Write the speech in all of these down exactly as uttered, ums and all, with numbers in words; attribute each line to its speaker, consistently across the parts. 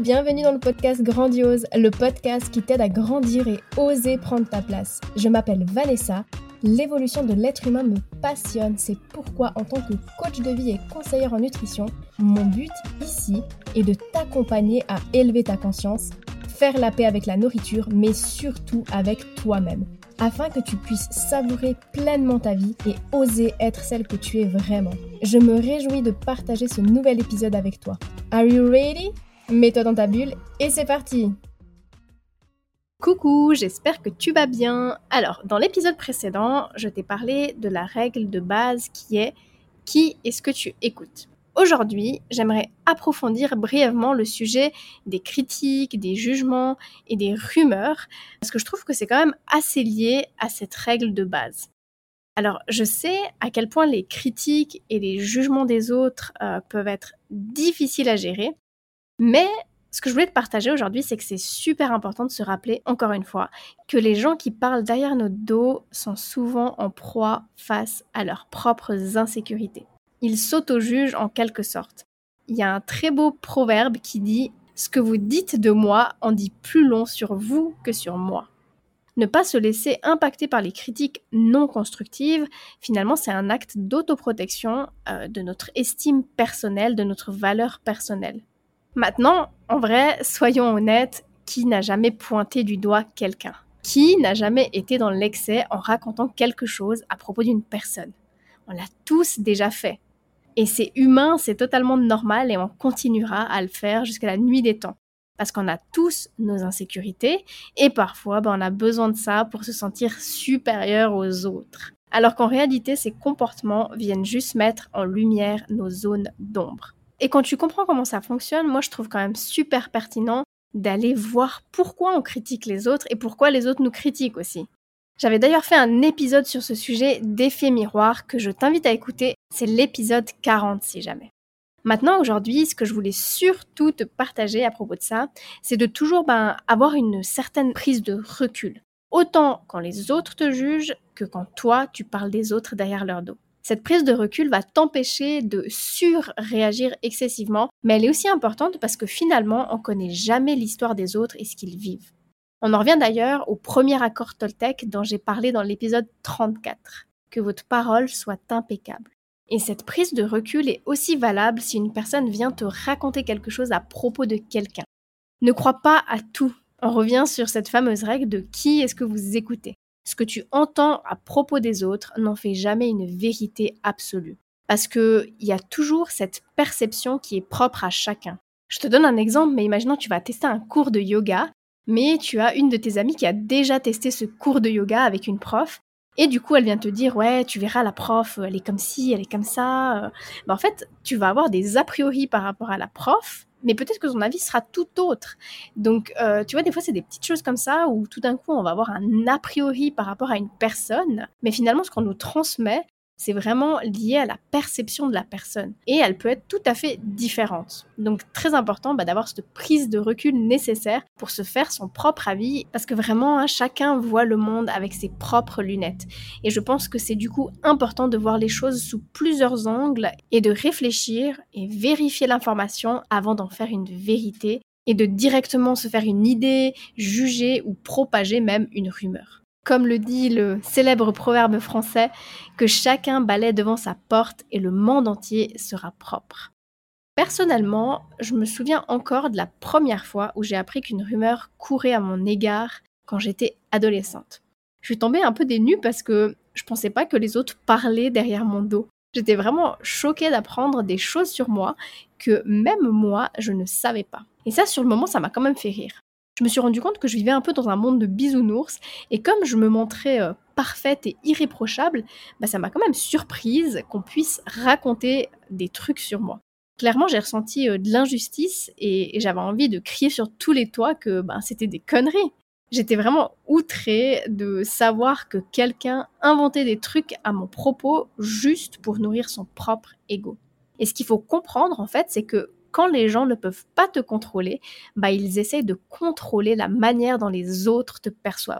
Speaker 1: bienvenue dans le podcast Grandiose, le podcast qui t'aide à grandir et oser prendre ta place. Je m'appelle Vanessa, l'évolution de l'être humain me passionne, c'est pourquoi en tant que coach de vie et conseillère en nutrition, mon but ici est de t'accompagner à élever ta conscience, faire la paix avec la nourriture, mais surtout avec toi-même, afin que tu puisses savourer pleinement ta vie et oser être celle que tu es vraiment. Je me réjouis de partager ce nouvel épisode avec toi. Are you ready? Mets-toi dans ta bulle et c'est parti! Coucou, j'espère que tu vas bien. Alors, dans l'épisode précédent, je t'ai parlé de la règle de base qui est « Qui est-ce que tu écoutes ?» Aujourd'hui, j'aimerais approfondir brièvement le sujet des critiques, des jugements et des rumeurs, parce que je trouve que c'est quand même assez lié à cette règle de base. Alors, je sais à quel point les critiques et les jugements des autres euh, peuvent être difficiles à gérer, mais ce que je voulais te partager aujourd'hui, c'est que c'est super important de se rappeler, encore une fois, que les gens qui parlent derrière notre dos sont souvent en proie face à leurs propres insécurités. Ils s'auto-jugent en quelque sorte. Il y a un très beau proverbe qui dit « Ce que vous dites de moi en dit plus long sur vous que sur moi ». Ne pas se laisser impacter par les critiques non constructives, finalement c'est un acte d'autoprotection euh, de notre estime personnelle, de notre valeur personnelle. Maintenant, en vrai, soyons honnêtes, qui n'a jamais pointé du doigt quelqu'un ? Qui n'a jamais été dans l'excès en racontant quelque chose à propos d'une personne ? On l'a tous déjà fait. Et c'est humain, c'est totalement normal et on continuera à le faire jusqu'à la nuit des temps. Parce qu'on a tous nos insécurités et parfois ben, on a besoin de ça pour se sentir supérieur aux autres. Alors qu'en réalité, ces comportements viennent juste mettre en lumière nos zones d'ombre. Et quand tu comprends comment ça fonctionne, moi je trouve quand même super pertinent d'aller voir pourquoi on critique les autres et pourquoi les autres nous critiquent aussi. J'avais d'ailleurs fait un épisode sur ce sujet d'effet miroir que je t'invite à écouter, c'est l'épisode quarante si jamais. Maintenant, aujourd'hui, ce que je voulais surtout te partager à propos de ça, c'est de toujours ben, avoir une certaine prise de recul. Autant quand les autres te jugent que quand toi, tu parles des autres derrière leur dos. Cette prise de recul va t'empêcher de surréagir excessivement, mais elle est aussi importante parce que finalement, on ne connaît jamais l'histoire des autres et ce qu'ils vivent. On en revient d'ailleurs au premier accord Toltec dont j'ai parlé dans l'épisode trente-quatre. Que votre parole soit impeccable. Et cette prise de recul est aussi valable si une personne vient te raconter quelque chose à propos de quelqu'un. Ne crois pas à tout. On revient sur cette fameuse règle de qui est-ce que vous écoutez. Ce que tu entends à propos des autres n'en fait jamais une vérité absolue. Parce qu'il y a toujours cette perception qui est propre à chacun. Je te donne un exemple, mais imaginons que tu vas tester un cours de yoga, mais tu as une de tes amies qui a déjà testé ce cours de yoga avec une prof, et du coup elle vient te dire « ouais, tu verras la prof, elle est comme ci, elle est comme ça ». Ben, en fait, tu vas avoir des a priori par rapport à la prof, mais peut-être que son avis sera tout autre. Donc, euh, tu vois, des fois, c'est des petites choses comme ça où tout d'un coup, on va avoir un a priori par rapport à une personne, mais finalement, ce qu'on nous transmet, c'est vraiment lié à la perception de la personne. Et elle peut être tout à fait différente. Donc, très important bah, d'avoir cette prise de recul nécessaire pour se faire son propre avis, parce que vraiment, hein, chacun voit le monde avec ses propres lunettes. Et je pense que c'est du coup important de voir les choses sous plusieurs angles et de réfléchir et vérifier l'information avant d'en faire une vérité et de directement se faire une idée, juger ou propager même une rumeur. Comme le dit le célèbre proverbe français, que chacun balaie devant sa porte et le monde entier sera propre. Personnellement, je me souviens encore de la première fois où j'ai appris qu'une rumeur courait à mon égard quand j'étais adolescente. Je suis tombée un peu des nues parce que je pensais pas que les autres parlaient derrière mon dos. J'étais vraiment choquée d'apprendre des choses sur moi que même moi, je ne savais pas. Et ça, sur le moment, ça m'a quand même fait rire. Je me suis rendu compte que je vivais un peu dans un monde de bisounours et comme je me montrais euh, parfaite et irréprochable, bah, ça m'a quand même surprise qu'on puisse raconter des trucs sur moi. Clairement, j'ai ressenti euh, de l'injustice et, et j'avais envie de crier sur tous les toits que bah, c'était des conneries. J'étais vraiment outrée de savoir que quelqu'un inventait des trucs à mon propos juste pour nourrir son propre ego. Et ce qu'il faut comprendre en fait, c'est que quand les gens ne peuvent pas te contrôler, bah ils essayent de contrôler la manière dont les autres te perçoivent.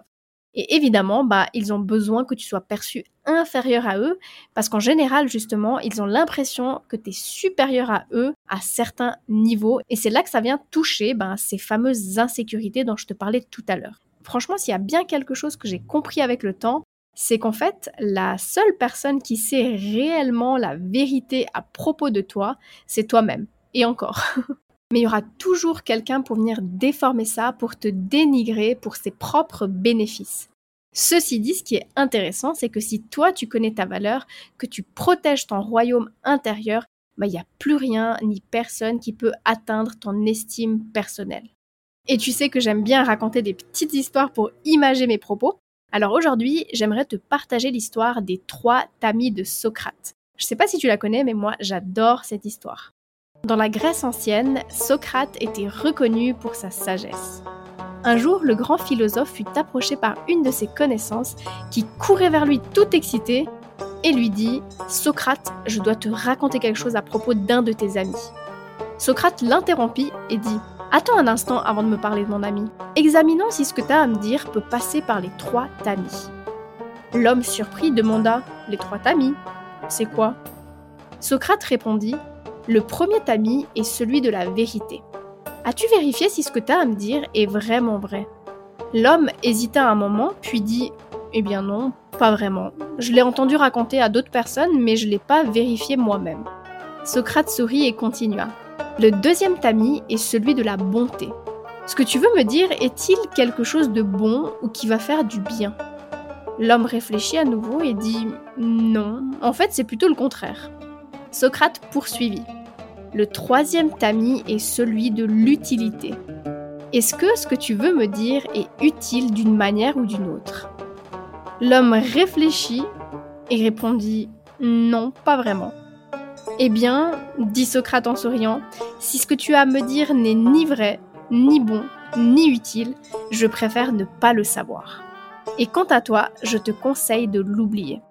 Speaker 1: Et évidemment, bah, ils ont besoin que tu sois perçu inférieur à eux, parce qu'en général, justement, ils ont l'impression que tu es supérieur à eux à certains niveaux. Et c'est là que ça vient toucher bah, ces fameuses insécurités dont je te parlais tout à l'heure. Franchement, s'il y a bien quelque chose que j'ai compris avec le temps, c'est qu'en fait, la seule personne qui sait réellement la vérité à propos de toi, c'est toi-même. Et encore. Mais il y aura toujours quelqu'un pour venir déformer ça, pour te dénigrer pour ses propres bénéfices. Ceci dit, ce qui est intéressant, c'est que si toi tu connais ta valeur, que tu protèges ton royaume intérieur, bah, il n'y a plus rien ni personne qui peut atteindre ton estime personnelle. Et tu sais que j'aime bien raconter des petites histoires pour imager mes propos. Alors aujourd'hui, j'aimerais te partager l'histoire des trois tamis de Socrate. Je ne sais pas si tu la connais, mais moi j'adore cette histoire. Dans la Grèce ancienne, Socrate était reconnu pour sa sagesse. Un jour, le grand philosophe fut approché par une de ses connaissances qui courait vers lui tout excitée et lui dit « Socrate, je dois te raconter quelque chose à propos d'un de tes amis. » Socrate l'interrompit et dit « Attends un instant avant de me parler de mon ami. Examinons si ce que tu as à me dire peut passer par les trois tamis. » L'homme surpris demanda « Les trois tamis, c'est quoi ?» Socrate répondit « Le premier tamis est celui de la vérité. As-tu vérifié si ce que tu as à me dire est vraiment vrai ?» L'homme hésita un moment, puis dit « Eh bien non, pas vraiment. Je l'ai entendu raconter à d'autres personnes, mais je ne l'ai pas vérifié moi-même. » Socrate sourit et continua. « Le deuxième tamis est celui de la bonté. Ce que tu veux me dire est-il quelque chose de bon ou qui va faire du bien ?» L'homme réfléchit à nouveau et dit « Non, en fait c'est plutôt le contraire. » Socrate poursuivit. Le troisième tamis est celui de l'utilité. Est-ce que ce que tu veux me dire est utile d'une manière ou d'une autre ? L'homme réfléchit et répondit « Non, pas vraiment. » Eh bien, dit Socrate en souriant, si ce que tu as à me dire n'est ni vrai, ni bon, ni utile, je préfère ne pas le savoir. Et quant à toi, je te conseille de l'oublier.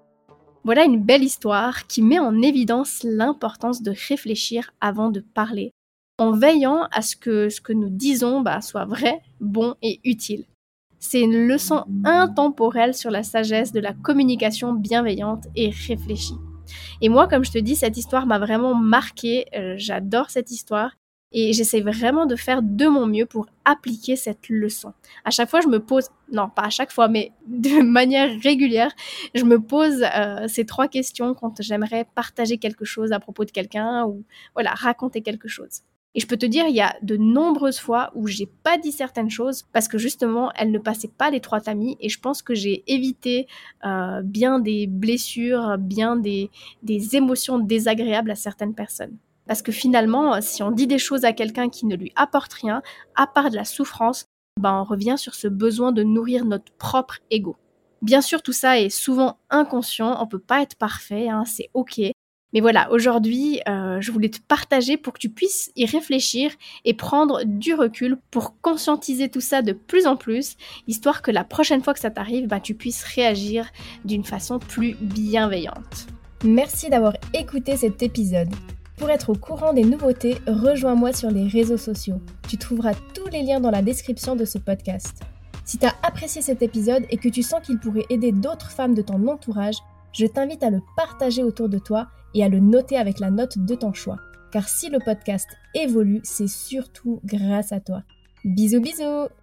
Speaker 1: Voilà une belle histoire qui met en évidence l'importance de réfléchir avant de parler, en veillant à ce que ce que nous disons bah, soit vrai, bon et utile. C'est une leçon intemporelle sur la sagesse de la communication bienveillante et réfléchie. Et moi, comme je te dis, cette histoire m'a vraiment marquée, euh, j'adore cette histoire. Et j'essaie vraiment de faire de mon mieux pour appliquer cette leçon. À chaque fois, je me pose, non pas à chaque fois, mais de manière régulière, je me pose euh, ces trois questions quand j'aimerais partager quelque chose à propos de quelqu'un ou voilà, raconter quelque chose. Et je peux te dire, il y a de nombreuses fois où j'ai pas dit certaines choses parce que justement, elles ne passaient pas les trois tamis et je pense que j'ai évité euh, bien des blessures, bien des, des émotions désagréables à certaines personnes. Parce que finalement, si on dit des choses à quelqu'un qui ne lui apporte rien, à part de la souffrance, ben on revient sur ce besoin de nourrir notre propre ego. Bien sûr, tout ça est souvent inconscient, on ne peut pas être parfait, hein, c'est ok. Mais voilà, aujourd'hui, euh, je voulais te partager pour que tu puisses y réfléchir et prendre du recul pour conscientiser tout ça de plus en plus, histoire que la prochaine fois que ça t'arrive, ben, tu puisses réagir d'une façon plus bienveillante.
Speaker 2: Merci d'avoir écouté cet épisode. Pour être au courant des nouveautés, rejoins-moi sur les réseaux sociaux. Tu trouveras tous les liens dans la description de ce podcast. Si tu as apprécié cet épisode et que tu sens qu'il pourrait aider d'autres femmes de ton entourage, je t'invite à le partager autour de toi et à le noter avec la note de ton choix. Car si le podcast évolue, c'est surtout grâce à toi. Bisous bisous!